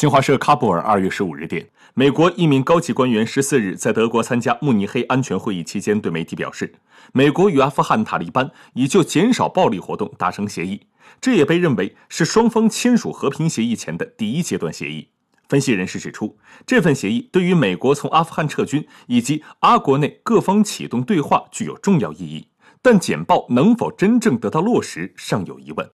新华社喀布尔2月15日电，美国一名高级官员14日在德国参加慕尼黑安全会议期间对媒体表示，美国与阿富汗塔利班已就减少暴力活动达成协议，这也被认为是双方签署和平协议前的第一阶段协议。分析人士指出，这份协议对于美国从阿富汗撤军以及阿国内各方启动对话具有重要意义，但简报能否真正得到落实尚有疑问。